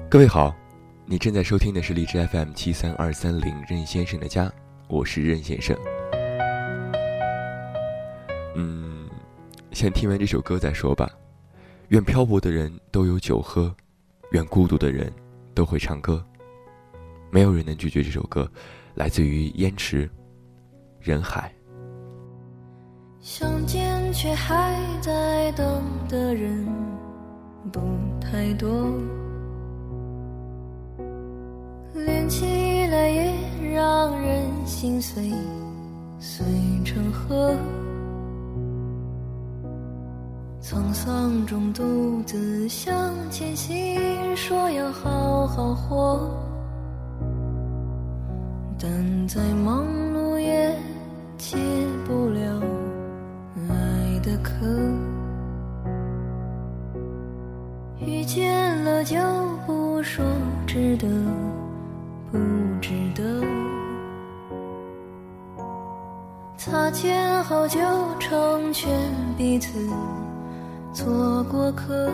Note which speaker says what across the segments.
Speaker 1: 各位好，你正在收听的是荔枝 FM73230任先生的家，我是任先生。先听完这首歌再说吧。愿漂泊的人都有酒喝，愿孤独的人都会唱歌。没有人能拒绝这首歌，来自于燕池，人海。
Speaker 2: 相见却还在等的人不太多，连起来也让人心碎，碎成河。沧桑中独自向前行，说要好好活，但再忙碌也解不了爱的渴。遇见了就不说值得不值得，擦肩后就成全彼此做过客。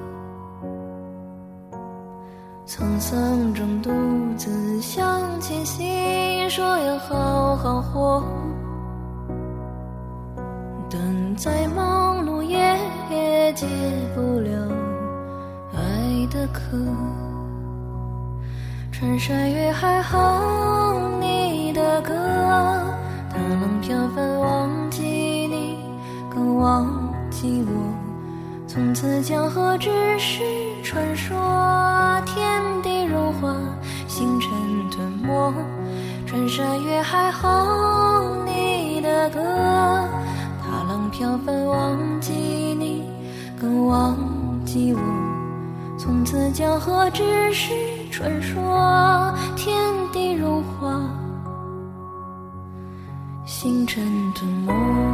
Speaker 2: 沧桑中独自向前行，说要好好活，但再忙碌也解不了爱的渴。穿山越海哼你的歌，大浪飘翻忘记你更忘记我，从此江河只是传说，天地融化星辰吞没。穿山越海哼你的歌，大浪飘翻忘记你更忘记我，从此江河只是传说，天地融化星辰吞没。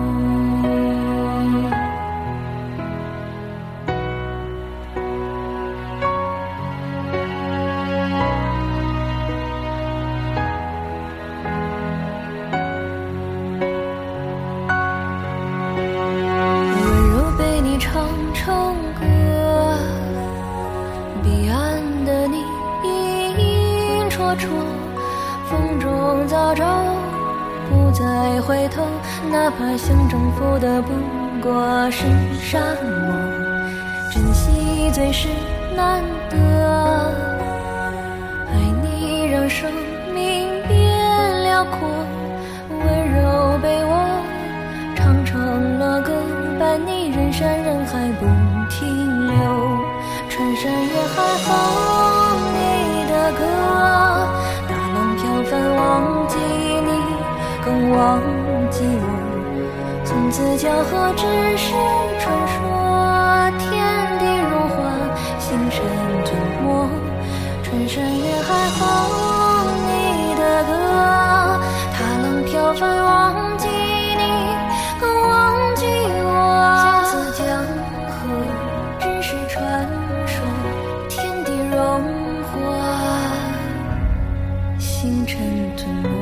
Speaker 2: 风中早照不再回头，哪怕想征服的不过是沙漠，珍惜最是难得。爱你让生命变辽阔，温柔被我唱成了歌，伴你人山人海不停留。穿山越海哼你的歌，忘记你更忘记我，从此江河只是传说，天地融化星辰吞没。穿山越海哼你的歌，踏浪飘帆忘记你更忘记我，从此江河只是传说，天地融化星辰吞没。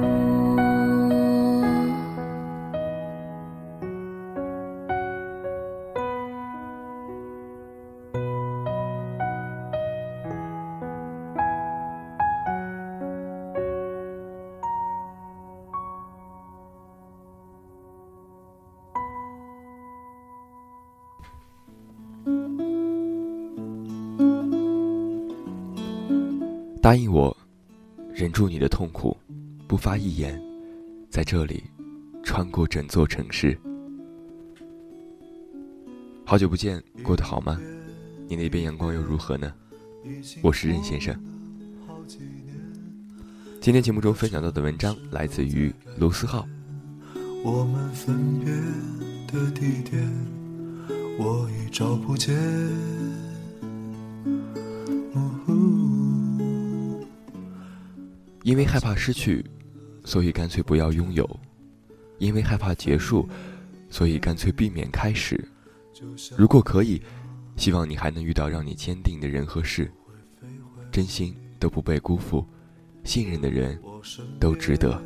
Speaker 1: 答应我，忍住你的痛苦，不发一言，在这里穿过整座城市。好久不见，过得好吗？你那边阳光又如何呢？我是任先生。今天节目中分享到的文章来自于卢思浩。
Speaker 3: 我们分别的地点我已找不见，
Speaker 1: 因为害怕失去，所以干脆不要拥有；因为害怕结束，所以干脆避免开始。如果可以，希望你还能遇到让你坚定的人和事，真心都不被辜负，信任的人都值得。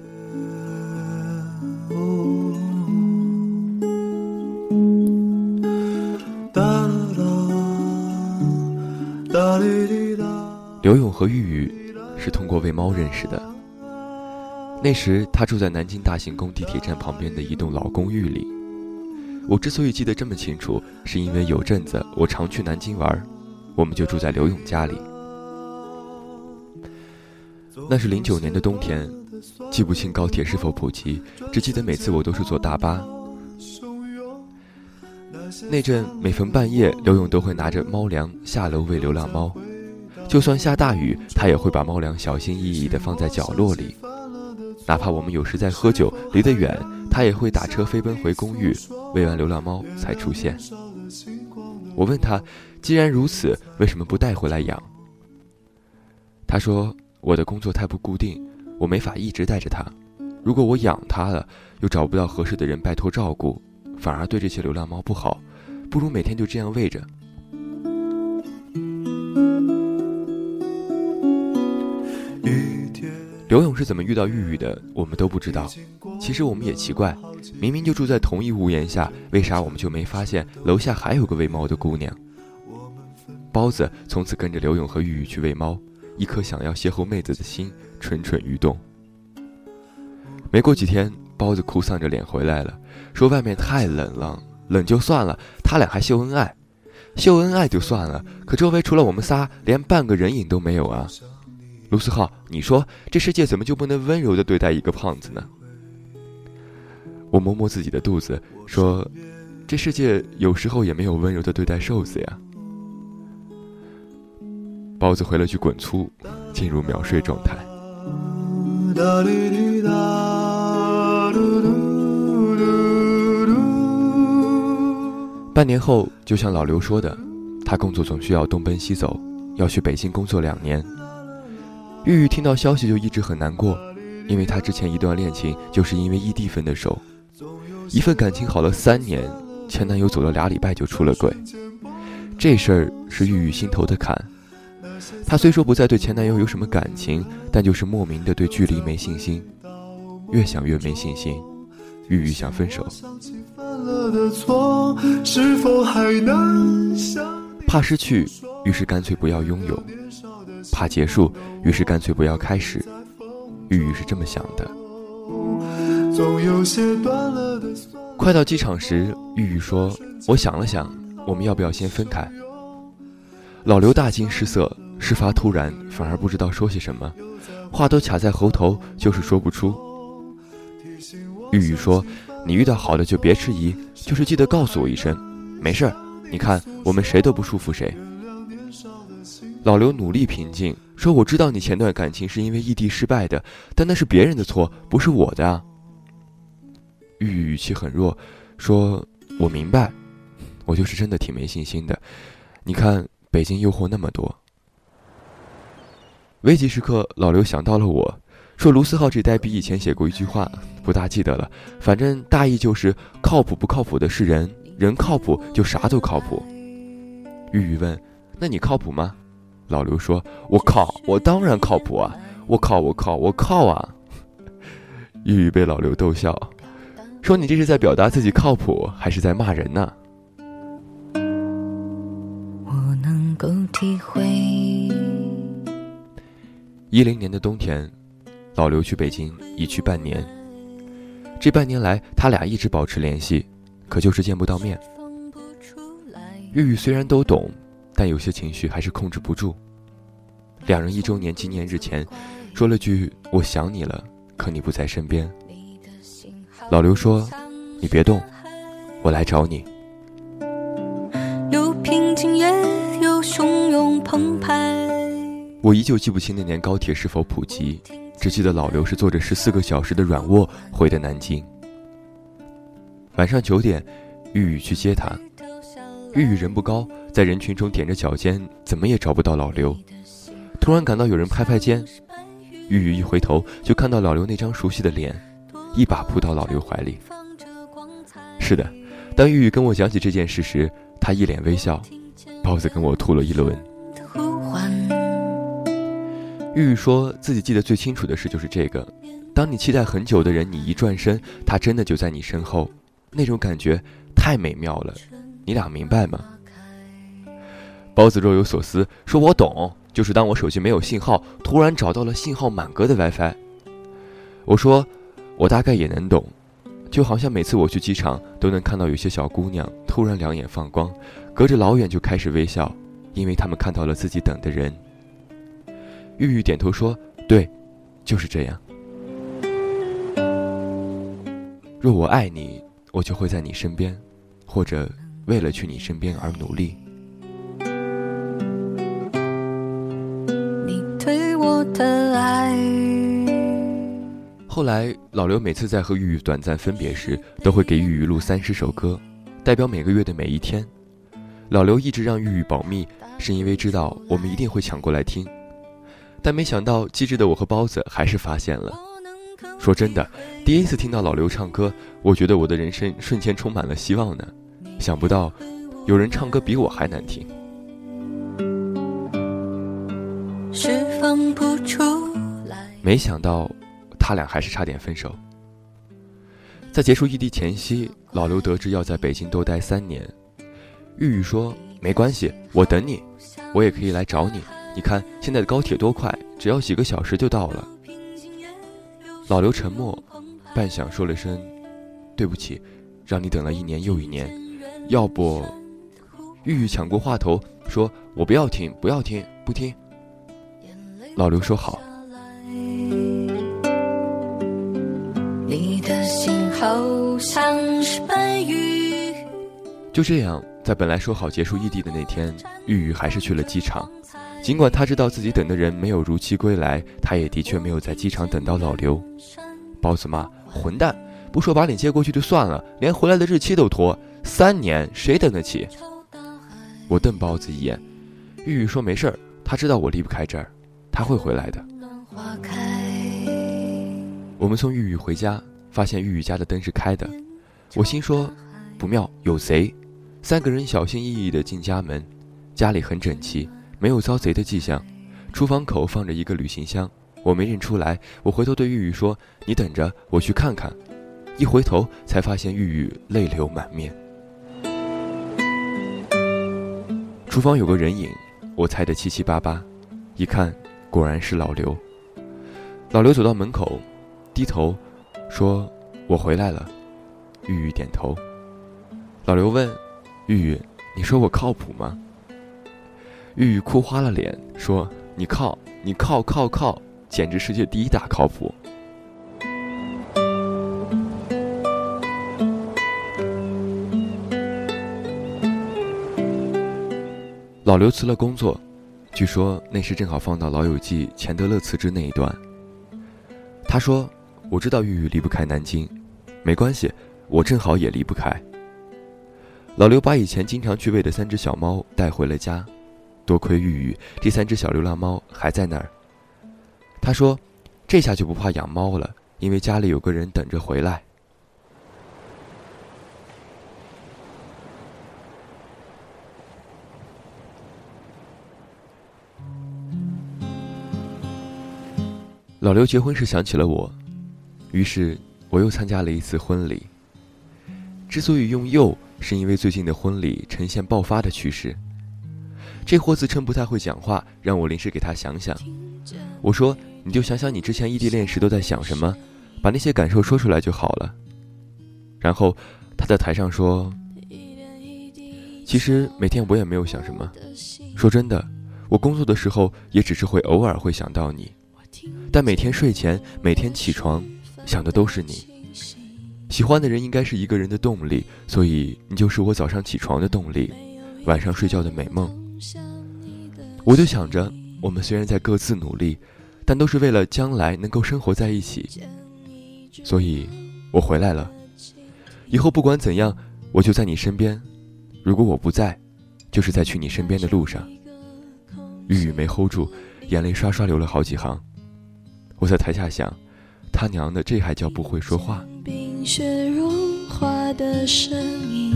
Speaker 1: 刘勇和玉宇是通过喂猫认识的。那时他住在南京大行宫地铁站旁边的一栋老公寓里。我之所以记得这么清楚，是因为有阵子我常去南京玩，我们就住在刘勇家里。那是09年的冬天，记不清高铁是否普及，只记得每次我都是坐大巴。那阵每逢半夜，刘勇都会拿着猫粮下楼喂流浪猫，就算下大雨，他也会把猫粮小心翼翼地放在角落里。哪怕我们有时在喝酒，离得远，他也会打车飞奔回公寓，喂完流浪猫才出现。我问他，既然如此，为什么不带回来养？他说，我的工作太不固定，我没法一直带着它。如果我养它了，又找不到合适的人拜托照顾，反而对这些流浪猫不好，不如每天就这样喂着。刘勇是怎么遇到玉玉的，我们都不知道。其实我们也奇怪，明明就住在同一屋檐下，为啥我们就没发现楼下还有个喂猫的姑娘？包子从此跟着刘勇和玉玉去喂猫，一颗想要邂逅妹子的心蠢蠢欲动。没过几天，包子哭丧着脸回来了，说外面太冷了，冷就算了，他俩还秀恩爱。秀恩爱就算了，可周围除了我们仨，连半个人影都没有啊。卢思浩，你说这世界怎么就不能温柔地对待一个胖子呢？我摸摸自己的肚子，说这世界有时候也没有温柔地对待瘦子呀。包子回了句滚粗，进入秒睡状态。半年后，就像老刘说的，他工作总需要东奔西走，要去北京工作2年。玉玉听到消息就一直很难过，因为她之前一段恋情就是因为异地分的手，一份感情好了3年，前男友走了2礼拜就出了轨。这事儿是玉玉心头的坎。她虽说不再对前男友有什么感情，但就是莫名的对距离没信心，越想越没信心，玉玉想分手。怕失去，于是干脆不要拥有；怕结束，于是干脆不要开始。玉玉是这么想的。快到机场时，玉玉说，我想了想，我们要不要先分开？老刘大惊失色，事发突然，反而不知道说些什么，话都卡在喉头，就是说不出。玉玉说，你遇到好的就别迟疑，就是记得告诉我一声，没事儿，你看我们谁都不束缚谁。老刘努力平静，说，我知道你前段感情是因为异地失败的，但那是别人的错，不是我的啊。玉玉语气很弱，说，我明白，我就是真的挺没信心的，你看北京诱惑那么多。危急时刻，老刘想到了我，说卢思浩这呆逼以前写过一句话，不大记得了，反正大意就是靠谱不靠谱的是人，人靠谱就啥都靠谱。玉玉问，那你靠谱吗？老刘说，我靠，我当然靠谱啊，我靠啊。玉玉被老刘逗笑，说，你这是在表达自己靠谱，还是在骂人呢？
Speaker 2: 我能够体会。
Speaker 1: 10年的冬天，老刘去北京已去半年。这半年来，他俩一直保持联系，可就是见不到面。玉玉虽然都懂，但有些情绪还是控制不住。2人1周年纪念日前，说了句我想你了，可你不在身边。老刘说，你别动，我来找你。
Speaker 2: 有平静也有汹涌澎湃。
Speaker 1: 我依旧记不清那年高铁是否普及，只记得老刘是坐着14个小时的软卧回的南京。晚上9点，玉玉去接他。玉玉人不高，在人群中踮着脚尖，怎么也找不到老刘。突然感到有人拍拍肩，玉玉一回头就看到老刘那张熟悉的脸，一把扑到老刘怀里。是的，当玉玉跟我讲起这件事时，她一脸微笑，包子跟我吐了一轮。玉玉说自己记得最清楚的事就是这个，当你期待很久的人，你一转身，他真的就在你身后，那种感觉太美妙了，你俩明白吗？包子若有所思说，我懂， 就是当我手机没有信号，突然找到了信号满格的 WiFi。我说我大概也能懂，就好像每次我去机场都能看到有些小姑娘突然两眼放光，隔着老远就开始微笑，因为他们看到了自己等的人。玉玉点头说，对，就是这样。若我爱你，我就会在你身边，或者为了去你身边而努力。
Speaker 2: 你对我的爱。
Speaker 1: 后来老刘每次在和玉玉短暂分别时，都会给玉玉录30首歌，代表每个月的每一天。老刘一直让玉玉保密，是因为知道我们一定会抢过来听，但没想到机智的我和包子还是发现了。说真的，第一次听到老刘唱歌，我觉得我的人生瞬间充满了希望呢。想不到有人唱歌比我还难听。
Speaker 2: 释放不出来。
Speaker 1: 没想到他俩还是差点分手。在结束异地前夕，老刘得知要在北京多待3年。玉玉说，没关系，我等你，我也可以来找你，你看现在的高铁多快，只要几个小时就到了。老刘沉默半晌，说了声对不起，让你等了1年又1年，要不……玉玉抢过话头说，我不要听，不要听，不听。老刘说好。
Speaker 2: 你的心好像是白玉。
Speaker 1: 就这样，在本来说好结束异地的那天，玉玉还是去了机场。尽管他知道自己等的人没有如期归来，他也的确没有在机场等到老刘。包子骂，混蛋，不说把你接过去就算了，连回来的日期都拖，3年谁等得起？我瞪包子一眼。玉玉说没事儿，他知道我离不开这儿，他会回来的。我们送玉玉回家，发现玉玉家的灯是开的，我心说不妙，有贼。3个人小心翼翼地进家门，家里很整齐，没有遭贼的迹象。厨房口放着一个旅行箱，我没认出来。我回头对玉玉说，你等着，我去看看。一回头才发现玉玉泪流满面。厨房有个人影，我猜得七七八八，一看果然是老刘。老刘走到门口，低头说，我回来了。玉玉点头。老刘问，玉玉，你说我靠谱吗？玉玉哭花了脸说，你靠，简直世界第1大靠谱。老刘辞了工作，据说那时正好放到《老友记》钱德勒辞职那一段。他说，我知道玉玉离不开南京，没关系，我正好也离不开。老刘把以前经常去喂的3只小猫带回了家，多亏玉玉，这3只小流浪猫还在那儿。他说，这下就不怕养猫了，因为家里有个人等着回来。老刘结婚时想起了我，于是我又参加了一次婚礼。之所以用又，是因为最近的婚礼呈现爆发的趋势。这货自称不太会讲话，让我临时给他想想。我说，你就想想你之前异地恋时都在想什么，把那些感受说出来就好了。然后他在台上说，其实每天我也没有想什么，说真的，我工作的时候也只是会偶尔会想到你，但每天睡前，每天起床想的都是你。喜欢的人应该是一个人的动力，所以你就是我早上起床的动力，晚上睡觉的美梦。我就想着，我们虽然在各自努力，但都是为了将来能够生活在一起。所以我回来了，以后不管怎样，我就在你身边。如果我不在，就是在去你身边的路上。玉玉没 hold 住，眼泪刷刷流了好几行。我在台下想，他娘的，这还叫不会说话？
Speaker 2: 冰雪融化的声音。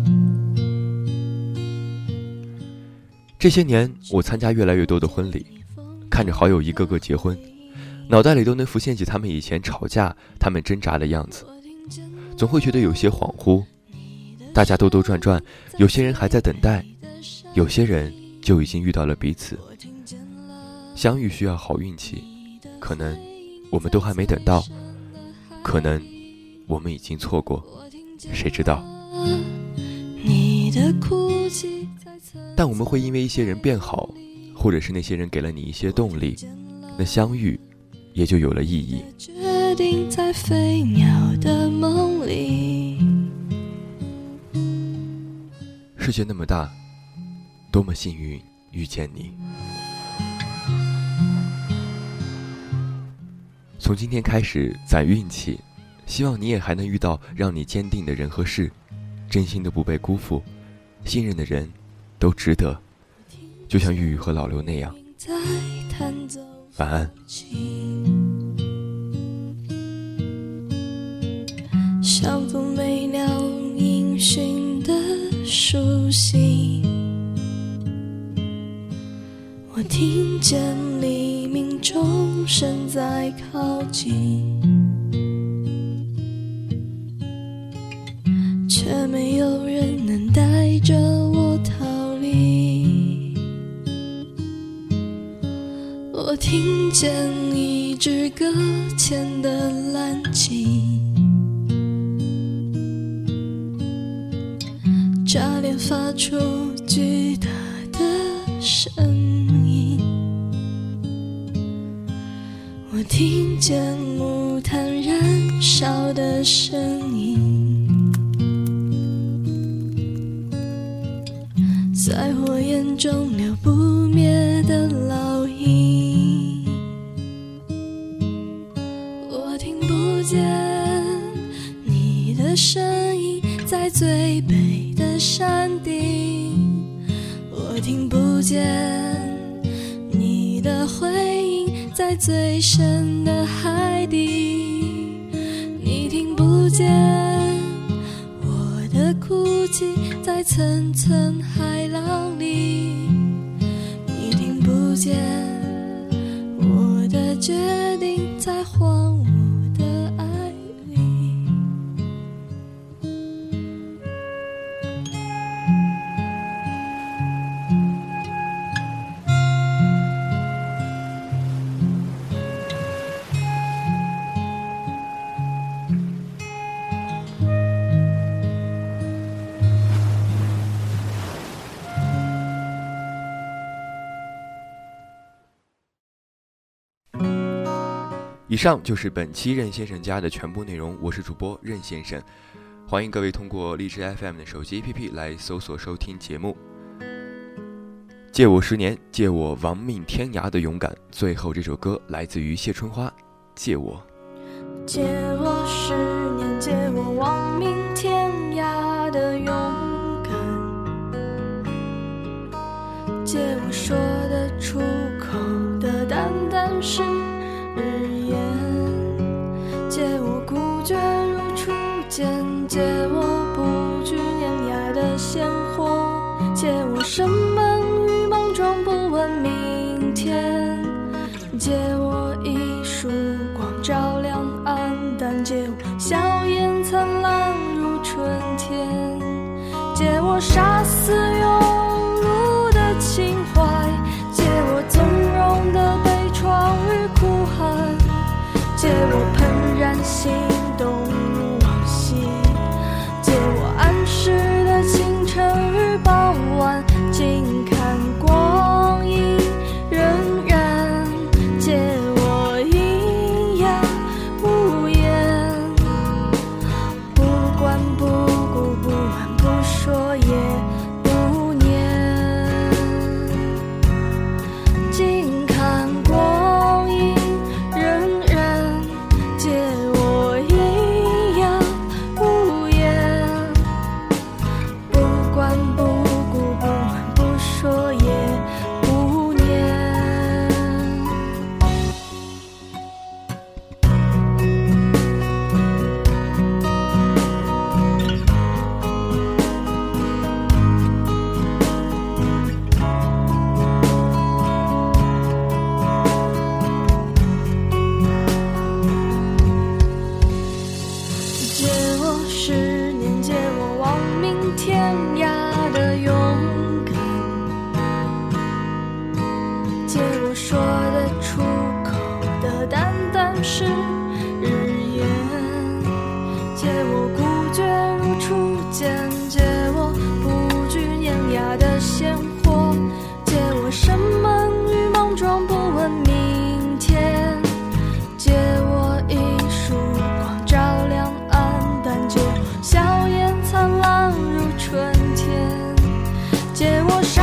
Speaker 1: 这些年，我参加越来越多的婚礼，看着好友一个个结婚，脑袋里都能浮现起他们以前吵架、他们挣扎的样子，总会觉得有些恍惚。大家兜兜转转，有些人还在等待，有些人就已经遇到了彼此。 相遇需要好运气，可能我们都还没等到，可能我们已经错过，谁知道？但我们会因为一些人变好，或者是那些人给了你一些动力，那相遇也就有了意义。
Speaker 2: 决定在飞鸟的梦里。
Speaker 1: 世界那么大，多么幸运遇见你。从今天开始攒运气，希望你也还能遇到让你坚定的人和事，真心的不被辜负，信任的人都值得，就像玉玉和老刘那样。晚安。
Speaker 2: 像风没了音讯的熟悉，我听见黎明钟声在靠近，却没有人能带着我逃离。我听见一支搁浅的蓝鲸炸裂发出巨大的声音，我听见木炭燃烧的声音，在火焰中留不灭的烙印。我听不见你的声音在最北的山顶，我听不见你的回应在最深的海底，你听不见我的哭泣在层层海浪里，你听不见我的决定在荒芜的爱里。
Speaker 1: 以上就是本期任先生家的全部内容，我是主播任先生，欢迎各位通过荔枝 FM 的手机 APP 来搜索收听节目。借我10年，借我亡命天涯的勇敢。最后这首歌来自于谢春花，借我。
Speaker 2: 借我10年，借我亡命天涯的勇敢，借我说得出口的淡淡誓言，借我孤绝如初见，借我不惧碾压的鲜活，借我生闷于梦中不问明天，借我一束光照亮暗淡，借我笑颜灿烂如春天，借我杀死庸碌的情怀，借我纵容的悲怆与哭喊，借我怦然心动如往昔，借我安适的清晨与傍晚，静看光阴荏苒，借我喑哑无言，不管不顾不问不说也不鲜活，借我生猛于梦中不问明天，借我一束光照亮暗淡，借我笑颜灿烂如春天，借我